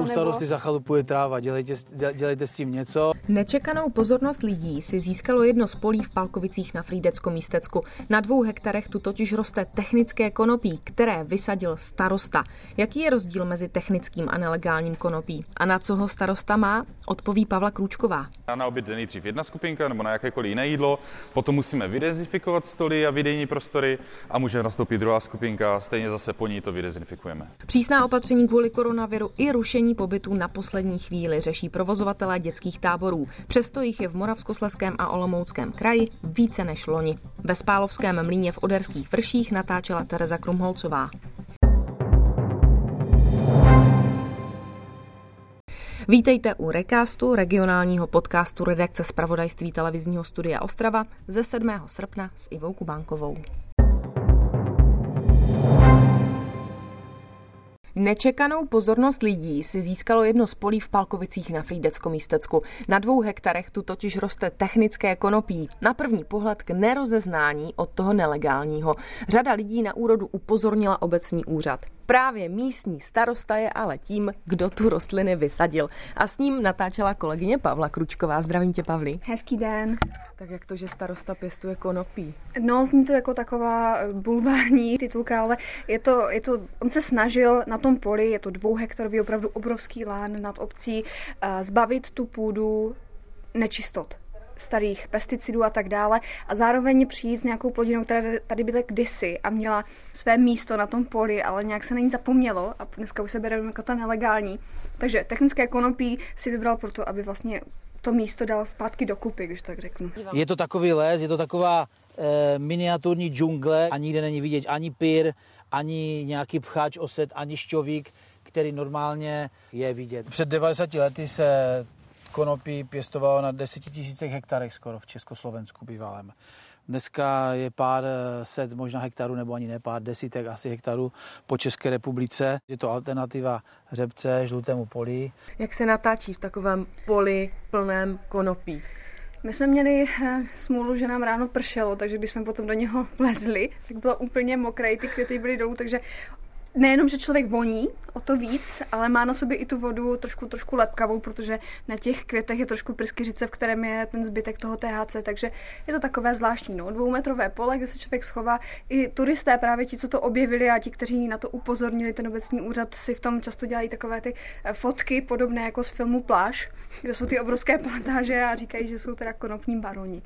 U starosty zachalupuje tráva, dělejte s tím něco. Nečekanou pozornost lidí si získalo jedno z polí v Pálkovicích na Frýdecko-Místecku. Na 2 hektarech tu totiž roste technické konopí, které vysadil starosta. Jaký je rozdíl mezi technickým a nelegálním konopí? A na co ho starosta má? Odpoví Pavla Krůčková. Na oběd jde nejdřív jedna skupinka nebo na jakékoliv jiné jídlo, potom musíme vydezinfikovat stoly a výdejní prostory a může nastoupit druhá skupinka, stejně zase po ní to vydezinfikujeme. Přísná opatření kvůli koronaviru i rušení pobytů na poslední chvíli řeší provozovatelé dětských táborů. Přesto jich je v Moravskoslezském a Olomouckém kraji více než loni. Ve Spálovském mlýně v Oderských Vrších natáčela Tereza Krumholcová. Vítejte u Recastu, regionálního podcastu redakce zpravodajství televizního studia Ostrava ze 7. srpna s Ivou Kubánkovou. Nečekanou pozornost lidí si získalo jedno z polí v Pálkovicích na Frýdecko-Místecku. Na 2 hektarech tu totiž roste technické konopí. Na první pohled k nerozeznání od toho nelegálního. Řada lidí na úrodu upozornila obecní úřad. Právě místní starosta je ale tím, kdo tu rostliny vysadil. A s ním natáčela kolegyně Pavla Krůčková. Zdravím tě, Pavli. Hezký den. Tak jak to, že starosta pěstuje konopí? No, zní to jako taková bulvární titulka, ale je to, on se snažil na tom poli, je to 2 hektarový, opravdu obrovský lán nad obcí, zbavit tu půdu nečistot, starých pesticidů a tak dále a zároveň přijít s nějakou plodinou, která tady byla kdysi a měla své místo na tom poli, ale nějak se na ní zapomnělo a dneska už se bere jako ta nelegální. Takže technické konopí si vybral proto, aby vlastně to místo dal zpátky dokupy, když tak řeknu. Je to takový les, je to taková miniaturní džungle a nikde není vidět ani pyr, ani nějaký pcháč osed, ani šťovík, který normálně je vidět. Před 90 lety se konopí pěstovalo na 10 000 hektarech skoro v Československu bývalém. Dneska je pár set možná hektarů, nebo ani ne pár desítek asi hektarů po České republice. Je to alternativa řepce, žlutému poli. Jak se natáčí v takovém poli plném konopí? My jsme měli smůlu, že nám ráno pršelo, takže když jsme potom do něho vlezli, tak bylo úplně mokré, ty květy byly dolů, takže nejenom, že člověk voní, o to víc, ale má na sobě i tu vodu trošku lepkavou, protože na těch květech je trošku pryskyřice, v kterém je ten zbytek toho THC, takže je to takové zvláštní. 2metrové pole, kde se člověk schová. I turisté, právě ti, co to objevili a ti, kteří na to upozornili, ten obecní úřad, si v tom často dělají takové ty fotky, podobné jako z filmu Pláž, kde jsou ty obrovské plantáže a říkají, že jsou teda konopní baroni.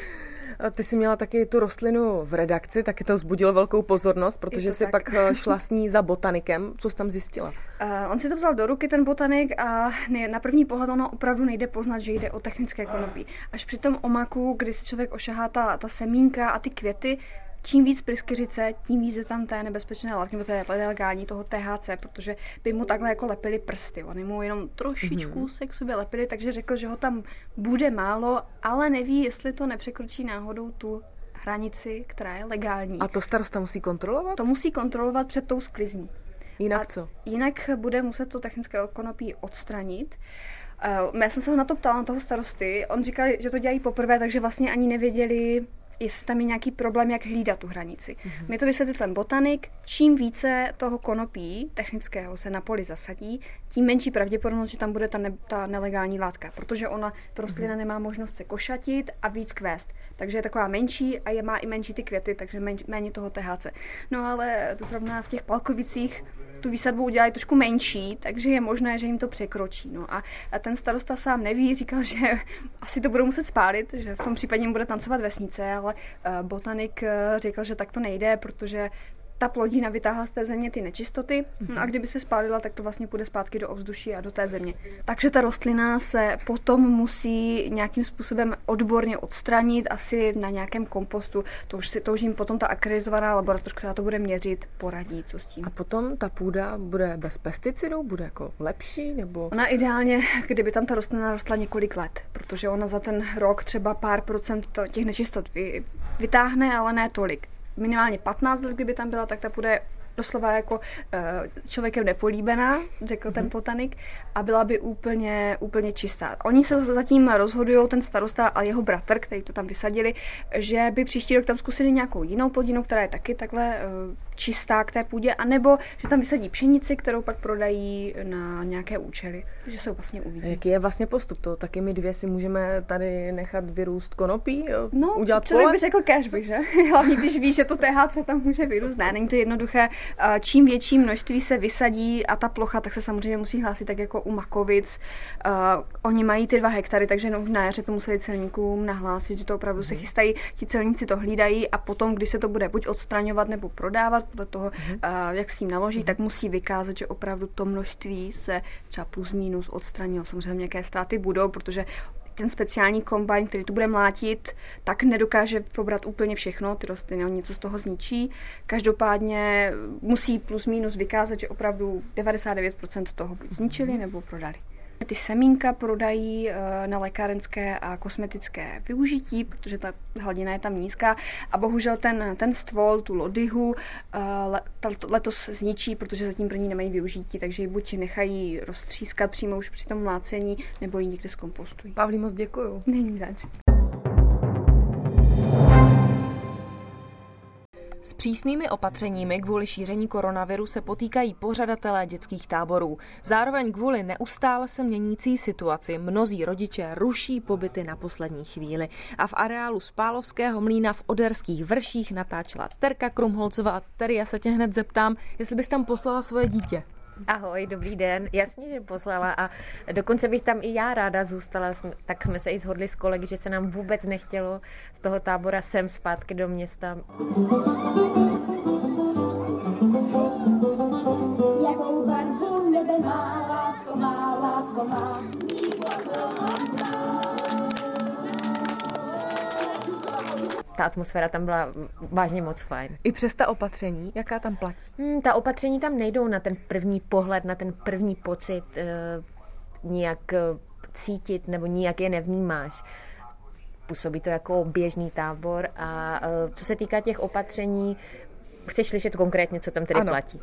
A ty jsi měla taky tu rostlinu v redakci, taky to vzbudilo velkou pozornost, protože jsi pak šla s ní za botanikem. Co jsi tam zjistila? On si to vzal do ruky, ten botanik, a na první pohled ono opravdu nejde poznat, že jde o technické konopí. Až při tom omaku, kdy si člověk ošahá ta semínka a ty květy, čím víc pryskyřice, tím víc je tam té nebezpečné látky, nebo té nelegální toho THC, protože by mu takhle jako lepili prsty. Oni mu jenom trošičku se k sobě lepili, takže řekl, že ho tam bude málo, ale neví, jestli to nepřekročí náhodou tu hranici, která je legální. A to starosta musí kontrolovat? To musí kontrolovat před tou sklizní. Jinak co? Jinak bude muset to technické konopí odstranit. Já jsem se ho na to ptala, na toho starosty. On říkal, že to dělají poprvé, takže vlastně ani nevěděli, jestli tam je nějaký problém, jak hlídat tu hranici. Mě to vysvětlil ten botanik, čím více toho konopí technického se na poli zasadí, tím menší pravděpodobnost, že tam bude ta nelegální látka, protože ta rostlina nemá možnost se košatit a víc kvést. Takže je taková menší a má i menší ty květy, takže méně toho THC. No ale zrovna v těch Pálkovicích tu výsadbu udělají trošku menší, takže je možné, že jim to překročí. No a ten starosta sám neví, říkal, že asi to budou muset spálit, že v tom případě jim bude tancovat vesnice, ale botanik říkal, že tak to nejde, protože ta plodina vytáhla z té země ty nečistoty, no a kdyby se spálila, tak to vlastně půjde zpátky do ovzduší a do té země. Takže ta rostlina se potom musí nějakým způsobem odborně odstranit, asi na nějakém kompostu. To už jim potom ta akreditovaná laboratoř, která to bude měřit, poradí, co s tím. A potom ta půda bude bez pesticidů, bude jako lepší, nebo? Ona ideálně, kdyby tam ta rostlina rostla několik let, protože ona za ten rok třeba pár procent těch nečistot vytáhne, ale ne tolik. Minimálně 15 let, kdyby tam byla, tak ta bude doslova jako člověkem nepolíbená, řekl ten botanik, a byla by úplně čistá. Oni se zatím rozhodují, ten starosta a jeho bratr, který to tam vysadili, že by příští rok tam zkusili nějakou jinou plodinu, která je taky takhle čistá k té půdě, anebo že tam vysadí pšenici, kterou pak prodají na nějaké účely, že se vlastně uvidí. Jaký je vlastně postup? To taky my dvě si můžeme tady nechat vyrůst konopí? No, udělat člověk pole? by řekl cashby, že? Hlavně když víš, že to THC tam může vyrůst. Ne, není to jednoduché. Čím větší množství se vysadí a ta plocha, tak se samozřejmě musí hlásit tak jako u Makovic. Oni mají ty 2 hektary, takže na jaře to museli celníkům nahlásit, že to opravdu se chystají, ti celníci to hlídají a potom, když se to bude buď odstraňovat nebo prodávat, podle toho, jak s tím naloží, tak musí vykázat, že opravdu to množství se třeba plus minus odstranilo. Samozřejmě nějaké ztráty budou, protože ten speciální kombajn, který tu bude mlátit, tak nedokáže pobrat úplně všechno, ty rostliny, něco z toho zničí. Každopádně musí plus minus vykázat, že opravdu 99% toho buď zničili nebo prodali. Ty semínka prodají na lékárenské a kosmetické využití, protože ta hladina je tam nízká a bohužel ten stvol, tu lodyhu letos zničí, protože zatím pro ní nemají využití, takže ji buď nechají roztřískat přímo už při tom mlácení, nebo ji někde zkompostují. Pavlí, moc děkuju. Není zač. S přísnými opatřeními kvůli šíření koronaviru se potýkají pořadatelé dětských táborů. Zároveň kvůli neustále se měnící situaci mnozí rodiče ruší pobyty na poslední chvíli. A v areálu Spálovského mlýna v Oderských Vrších natáčela Terka Krumholcová. Terry, já se tě hned zeptám, jestli bys tam poslala svoje dítě. Ahoj, dobrý den. Jasně, že poslala a dokonce bych tam i já ráda zůstala, tak jsme se i shodli s kolegy, že se nám vůbec nechtělo z toho tábora sem zpátky do města. Jakou barvu nebe má, lásko má, lásko má. Ta atmosféra tam byla vážně moc fajn. I přes ta opatření, jaká tam platí? Ta opatření tam nejdou na ten první pohled, na ten první pocit, nijak cítit nebo nijak je nevnímáš. Působí to jako běžný tábor a co se týká těch opatření, chceš slyšet konkrétně, co tam tedy platí.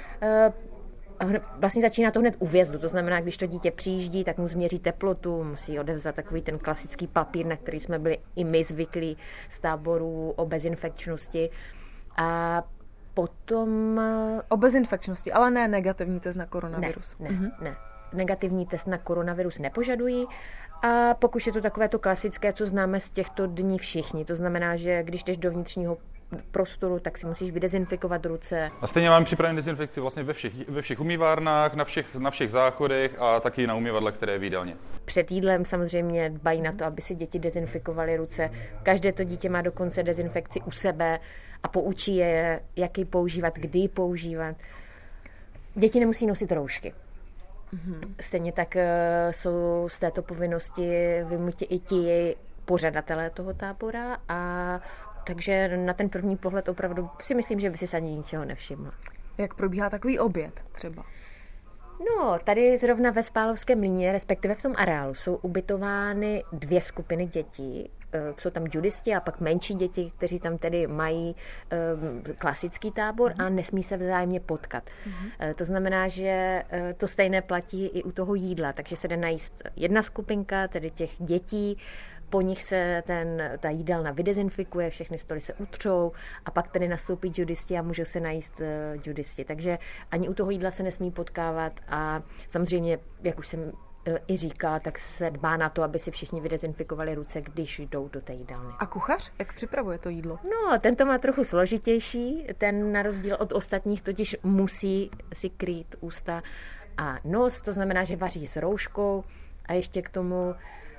Vlastně začíná to hned u vjezdu, to znamená, když to dítě přijíždí, tak mu změří teplotu, musí odevzdat takový ten klasický papír, na který jsme byli i my zvyklí z táborů o bezinfekčnosti. A potom... O bezinfekčnosti, ale ne negativní test na koronavirus. Ne. Negativní test na koronavirus nepožadují. A pokud je to takové to klasické, co známe z těchto dní všichni, to znamená, že když jdeš do vnitřního prostoru, tak si musíš vydezinfikovat ruce. A stejně máme připravenou dezinfekci vlastně ve všech umývárnách, na všech záchodech a taky na umývadle, které je v jídelně. Před jídlem samozřejmě dbají na to, aby si děti dezinfikovaly ruce. Každé to dítě má dokonce dezinfekci u sebe a poučí je, jak ji používat, kdy ji používat. Děti nemusí nosit roušky. Stejně tak jsou z této povinnosti vyjmuti i ti pořadatelé toho tábora a takže na ten první pohled opravdu si myslím, že by si ani ničeho nevšimla. Jak probíhá takový oběd třeba? No, tady zrovna ve Spálovském mlýně, respektive v tom areálu, jsou ubytovány 2 skupiny dětí. Jsou tam judisti a pak menší děti, kteří tam tedy mají klasický tábor a nesmí se vzájemně potkat. To znamená, že to stejné platí i u toho jídla, takže se jde najíst jedna skupinka, tedy těch dětí, po nich se ta jídelna vydezinfikuje, všechny stoly se utřou a pak tedy nastoupí judisti a můžou se najíst judisti. Takže ani u toho jídla se nesmí potkávat a samozřejmě, jak už jsem i říkala, tak se dbá na to, aby si všichni vydezinfikovali ruce, když jdou do té jídelny. A kuchař, jak připravuje to jídlo? No, ten to má trochu složitější, ten na rozdíl od ostatních totiž musí si krýt ústa a nos, to znamená, že vaří s rouškou a ještě k tomu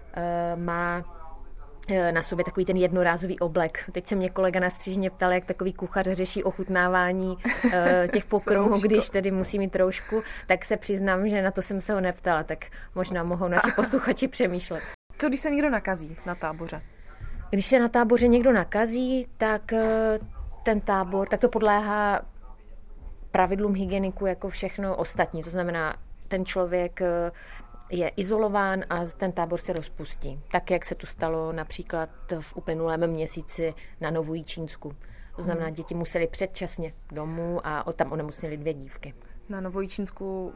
má na sobě takový ten jednorázový oblek. Teď se mě kolega na střížně ptal, jak takový kuchař řeší ochutnávání těch pokrmů, když tedy musí mít roušku, tak se přiznám, že na to jsem se ho neptala, tak možná mohou naši posluchači přemýšlet. Co když se někdo nakazí na táboře? Když se na táboře někdo nakazí, tak ten tábor, tak to podléhá pravidlům hygieniku jako všechno ostatní. To znamená, ten člověk je izolován a ten tábor se rozpustí. Tak, jak se to stalo například v uplynulém měsíci na Novojičínsku. To znamená, děti museli předčasně domů a tam onemocněly 2 dívky. Na Novojičínsku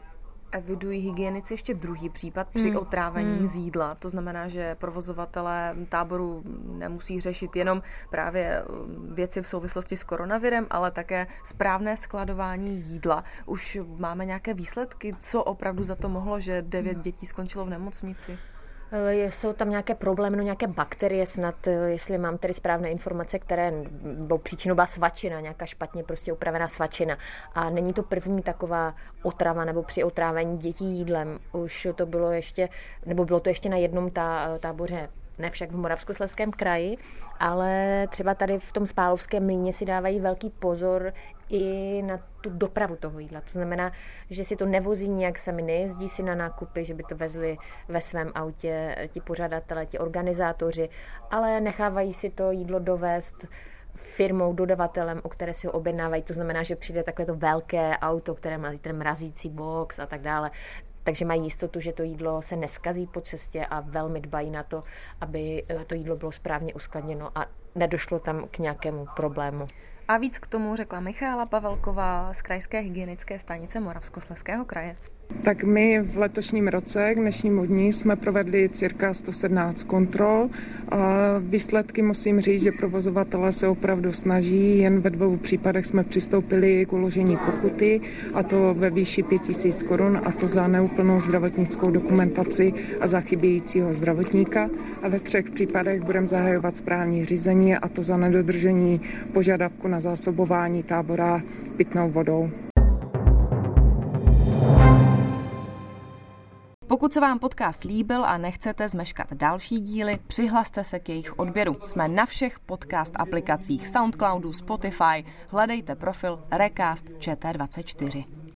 Evidují hygienici ještě druhý případ při otrávení z jídla. To znamená, že provozovatelé táboru nemusí řešit jenom právě věci v souvislosti s koronavirem, ale také správné skladování jídla. Už máme nějaké výsledky, co opravdu za to mohlo, že 9 dětí skončilo v nemocnici? Jsou tam nějaké problémy, nějaké bakterie snad, jestli mám tedy správné informace, které příčinou byla svačina, nějaká špatně prostě upravená svačina. A není to první taková otrava nebo při otrávení dětí jídlem. Už to bylo ještě, nebo bylo to ještě na jednom táboře, ne však v Moravskoslezském kraji, ale třeba tady v tom Spálovském mlýně si dávají velký pozor i na tu dopravu toho jídla. To znamená, že si to nevozí nějak sami, nejezdí si na nákupy, že by to vezli ve svém autě ti pořadatelé, ti organizátoři, ale nechávají si to jídlo dovést firmou, dodavatelem, o které si ho objednávají. To znamená, že přijde takové to velké auto, které má ten mrazící box a tak dále. Takže mají jistotu, že to jídlo se neskazí po cestě a velmi dbají na to, aby to jídlo bylo správně uskladněno a nedošlo tam k nějakému problému. A víc k tomu řekla Michaela Pavelková z Krajské hygienické stanice Moravskoslezského kraje. Tak my v letošním roce, k dnešnímu dni, jsme provedli cirka 117 kontrol. Výsledky musím říct, že provozovatelé se opravdu snaží, jen ve 2 případech jsme přistoupili k uložení pokuty, a to ve výši 5 000 korun, a to za neúplnou zdravotnickou dokumentaci a za chybějícího zdravotníka. A ve 3 případech budeme zahajovat správní řízení, a to za nedodržení požadavku na zásobování tábora pitnou vodou. Pokud se vám podcast líbil a nechcete zmeškat další díly, přihlaste se k jejich odběru. Jsme na všech podcast aplikacích SoundCloudu, Spotify. Hledejte profil Recast ČT24.